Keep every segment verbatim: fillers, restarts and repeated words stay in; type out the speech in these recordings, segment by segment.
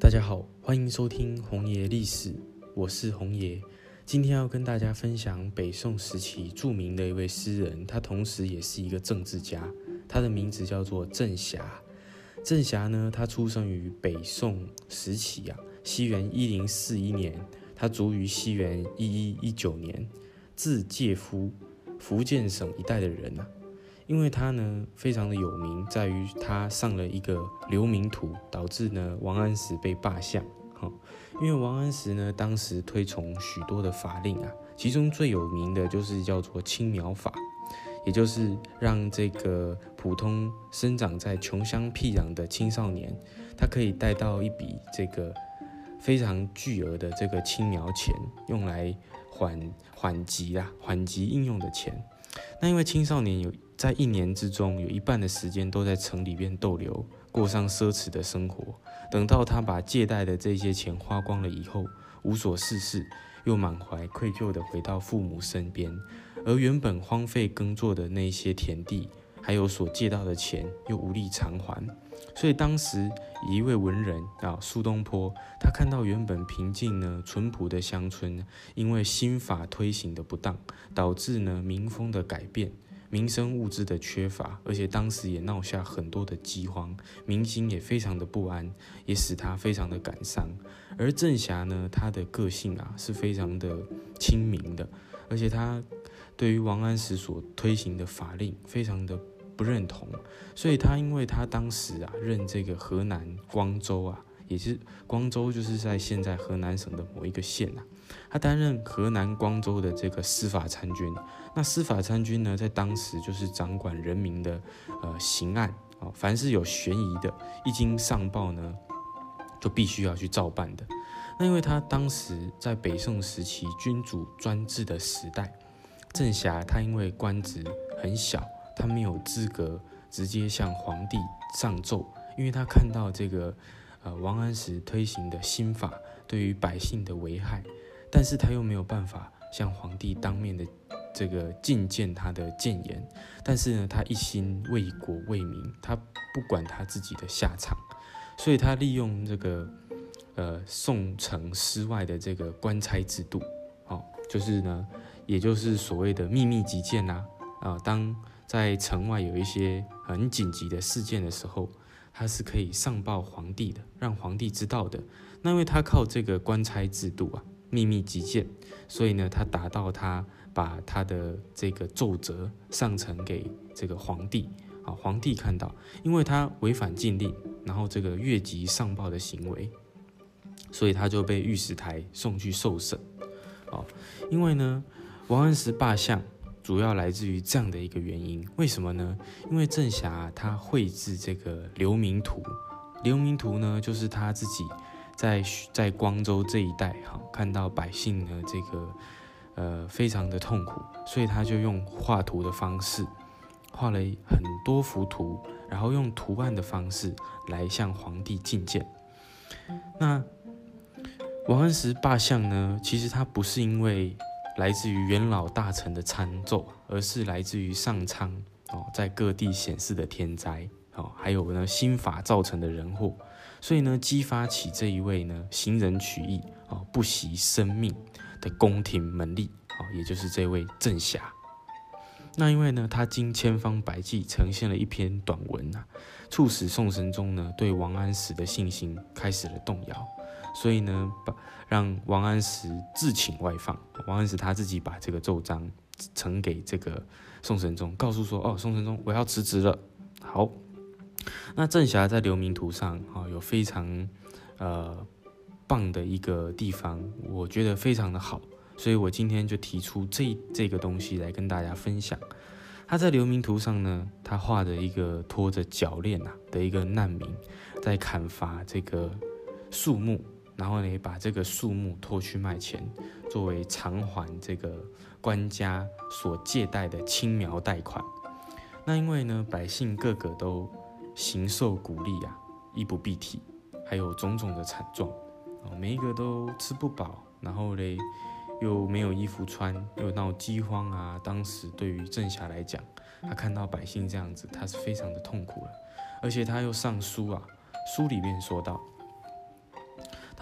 大家好，欢迎收听红爷历史，我是红爷。今天要跟大家分享北宋时期著名的一位诗人，他同时也是一个政治家，他的名字叫做郑侠。郑侠呢，他出生于北宋时期啊，西元一零四一年，他卒于西元一一一九年，字介夫，福建省一带的人啊。因为他呢非常的有名，在于他上了一个流民图，导致呢王安石被罢相。哦、因为王安石呢当时推崇许多的法令啊，其中最有名的就是叫做青苗法，也就是让这个普通生长在穷乡僻壤的青少年，他可以带到一笔这个非常巨额的这个青苗钱，用来缓缓急啦，缓急应用的钱。那因为青少年有在一年之中有一半的时间都在城里边逗留，过上奢侈的生活。等到他把借贷的这些钱花光了以后，无所事事，又满怀愧疚地回到父母身边，而原本荒废耕作的那些田地，还有所借到的钱，又无力偿还。所以当时一位文人啊，苏东坡，他看到原本平静呢、淳朴的乡村，因为新法推行的不当，导致呢民风的改变。民生物资的缺乏，而且当时也闹下很多的饥荒，民心也非常的不安，也使他非常的感伤。而郑侠呢，他的个性啊是非常的亲民的，而且他对于王安石所推行的法令非常的不认同，所以他因为他当时啊任这个河南光州啊，也是光州就是在现在河南省的某一个县啊，他担任河南光州的这个司法参军。那司法参军呢，在当时就是掌管人民的呃刑案啊、哦，凡是有悬疑的，一经上报呢，就必须要去照办的。那因为他当时在北宋时期君主专制的时代，郑侠他因为官职很小，他没有资格直接向皇帝上奏，因为他看到这个呃王安石推行的新法对于百姓的危害，但是他又没有办法向皇帝当面的这个进谏他的谏言，但是呢，他一心为国为民，他不管他自己的下场，所以他利用这个呃宋城师外的这个官差制度，哦，就是呢，也就是所谓的秘密急谏啦，啊、呃，当在城外有一些很紧急的事件的时候，他是可以上报皇帝的，让皇帝知道的。那因为他靠这个官差制度啊，秘密急谏，所以呢，他达到他把他的这个奏折上呈给这个皇帝，啊，皇帝看到，因为他违反禁令，然后这个越级上报的行为，所以他就被御史台送去受审。哦，因为呢，王安石罢相主要来自于这样的一个原因，为什么呢？因为郑侠他绘制这个流民图，流民图呢，就是他自己在在光州这一带，哈，看到百姓呢这个呃非常的痛苦，所以他就用画图的方式画了很多幅图，然后用图案的方式来向皇帝进谏。那王安石罢相呢，其实他不是因为来自于元老大臣的参奏，而是来自于上苍哦在各地显示的天灾哦，还有呢新法造成的人祸，所以呢激发起这一位呢行人取义哦不惜生命的宫廷门吏哦，也就是这位郑侠。那因为呢他经千方百计呈现了一篇短文啊，促使宋神宗呢对王安石的信心开始了动摇。所以呢，让王安石自请外放。王安石他自己把这个奏章呈给这个宋神宗，告诉说：“哦，宋神宗，我要辞职了。”好，那郑侠在流民图上啊、哦、有非常呃棒的一个地方，我觉得非常的好，所以我今天就提出这这个东西来跟大家分享。他在流民图上呢，他画着一个拖着铰链啊的一个难民，在砍伐这个树木。然后呢，把这个树木拖去卖钱，作为偿还这个官家所借贷的青苗贷款。那因为呢，百姓个个都形受鼓励啊，衣不蔽体，还有种种的惨状，每一个都吃不饱，然后嘞又没有衣服穿，又闹饥荒啊。当时对于郑侠来讲，他看到百姓这样子，他是非常的痛苦了，而且他又上书啊，书里面说到。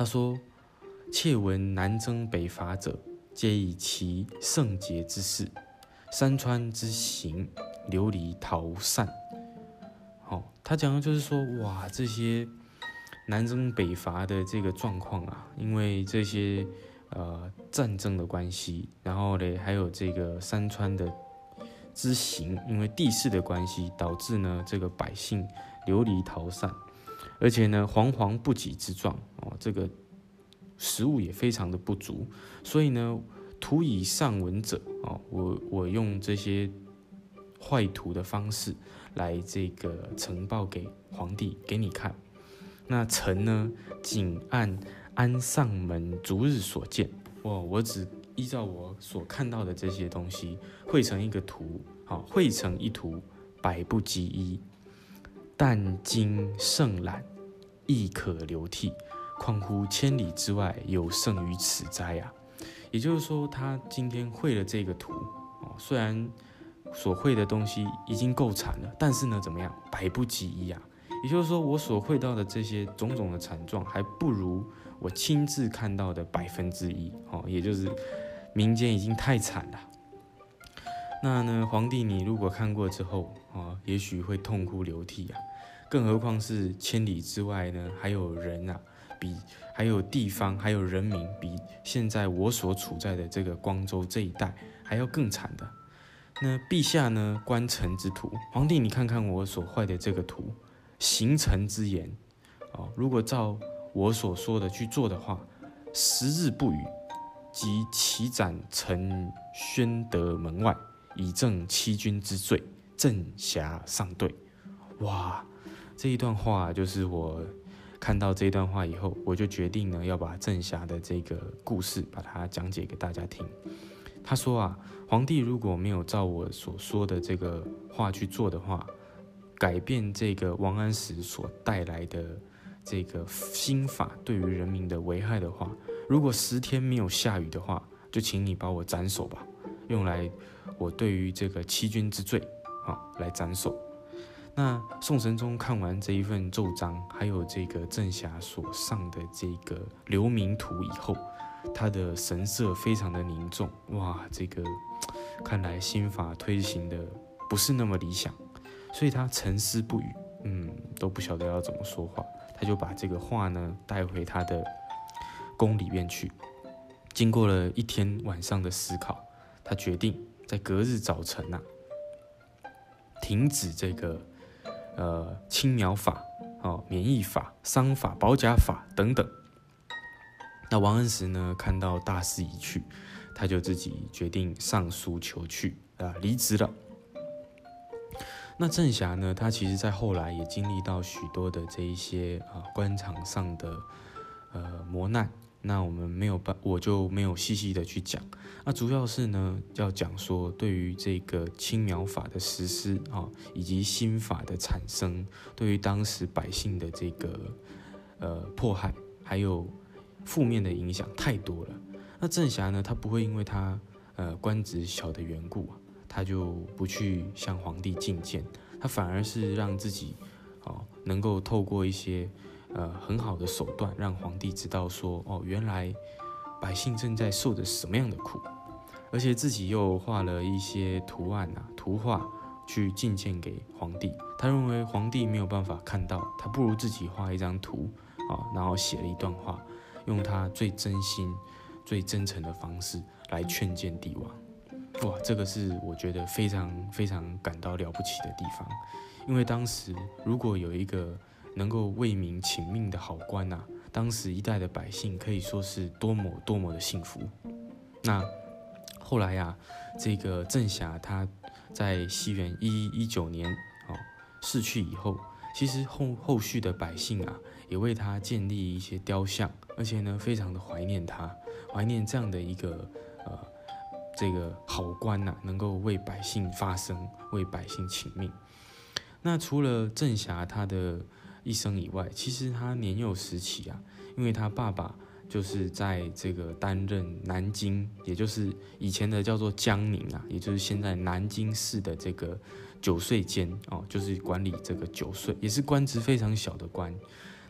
他说：“窃闻南征北伐者，皆以其圣节之事，山川之行，流离逃散。”哦，他讲的就是说，哇，这些南征北伐的这个状况啊，因为这些呃战争的关系，然后呢，还有这个山川的之行，因为地势的关系，导致呢这个百姓流离逃散，而且呢惶惶不给之状哦，这个食物也非常的不足，所以呢，图以上文者哦，我我用这些坏图的方式来这个呈报给皇帝给你看。那臣呢，仅按安上门逐日所见，哇，我只依照我所看到的这些东西绘成一个图，好，绘成一图，百不及一。但经胜览，亦可流涕，况乎千里之外，有胜于此哉啊！也就是说，他今天绘了这个图，哦，虽然所绘的东西已经够惨了，但是呢，怎么样，百不及一啊！也就是说，我所绘到的这些种种的惨状，还不如我亲自看到的百分之一，哦，也就是民间已经太惨了。那呢，皇帝你如果看过之后，哦，也许会痛哭流涕啊，更何况是千里之外呢，还有人啊，比还有地方，还有人民，比现在我所处在的这个光州这一带还要更惨的。那陛下呢，观臣之图，皇帝你看看我所绘的这个图，行臣之言，哦，如果照我所说的去做的话，十日不语，即起斩臣宣德门外，以正欺君之罪，朕辖上对。哇，这一段话就是我看到这一段话以后，我就决定呢要把郑侠的这个故事把它讲解给大家听。他说啊，皇帝如果没有照我所说的这个话去做的话，改变这个王安石所带来的这个新法对于人民的危害的话，如果十天没有下雨的话，就请你把我斩首吧，用来我对于这个欺君之罪，好，来斩首。那宋神宗看完这一份奏章，还有这个郑侠所上的这个流民图以后，他的神色非常的凝重，哇，这个看来新法推行的不是那么理想，所以他沉思不语，嗯，都不晓得要怎么说话，他就把这个话呢带回他的宫里面去。经过了一天晚上的思考，他决定在隔日早晨啊，停止这个呃青苗法、哦免役法、丧法、保甲法等等。那王安石呢，看到大势已去，他就自己决定上书求去啊，离职了。那郑侠呢，他其实在后来也经历到许多的这一些啊官场上的呃磨难。那我们没有办，我就没有细细的去讲。那主要是呢，要讲说对于这个青苗法的实施啊，以及新法的产生，对于当时百姓的这个呃迫害，还有负面的影响太多了。那郑侠呢，他不会因为他呃官职小的缘故啊，他就不去向皇帝进谏，他反而是让自己哦能够透过一些呃很好的手段，让皇帝知道说，哦，原来百姓正在受着什么样的苦，而且自己又画了一些图案啊、图画去进谏给皇帝。他认为皇帝没有办法看到，他不如自己画一张图啊，然后写了一段话，用他最真心、最真诚的方式来劝谏帝王。哇，这个是我觉得非常非常感到了不起的地方，因为当时如果有一个能够为民请命的好官啊，当时一代的百姓可以说是多么多么的幸福。那后来啊，这个郑侠他在西元一一一九年哦逝去以后，其实后后续的百姓啊，也为他建立一些雕像，而且呢，非常的怀念他，怀念这样的一个呃这个好官呐、啊，能够为百姓发声，为百姓请命。那除了郑侠他的一生以外，其实他年幼时期啊，因为他爸爸就是在这个担任南京，也就是以前的叫做江宁啊，也就是现在南京市的这个酒税监哦，就是管理这个酒税，也是官职非常小的官。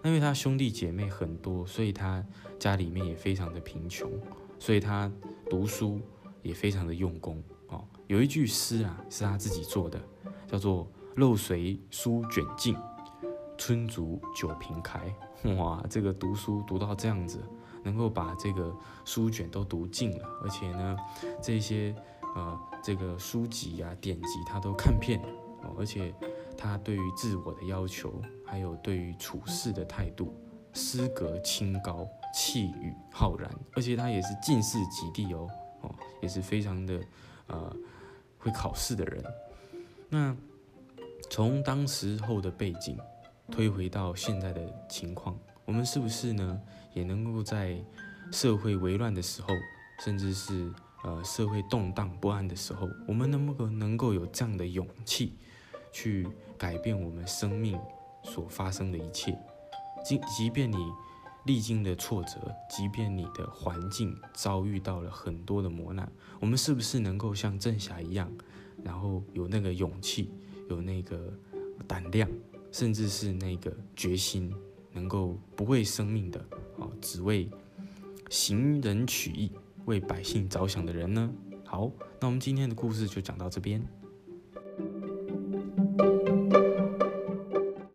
那因为他兄弟姐妹很多，所以他家里面也非常的贫穷，所以他读书也非常的用功哦。有一句诗啊，是他自己做的，叫做“肉随书卷尽，春足酒瓶开”。哇，这个读书读到这样子，能够把这个书卷都读尽了，而且呢，这些呃这个书籍啊典籍他都看遍了哦，而且他对于自我的要求，还有对于处事的态度，诗格清高，气宇浩然，而且他也是进士及第哦，哦，也是非常的呃会考试的人。那从当时候的背景推回到现在的情况，我们是不是呢也能够在社会微乱的时候，甚至是呃社会动荡不安的时候，我们能不能能够有这样的勇气去改变我们生命所发生的一切？即即便你历经的挫折，即便你的环境遭遇到了很多的磨难，我们是不是能够像郑侠一样，然后有那个勇气，有那个胆量，甚至是那个决心，能够不为生命的哦，只为行人取义，为百姓着想的人呢？好，那我们今天的故事就讲到这边。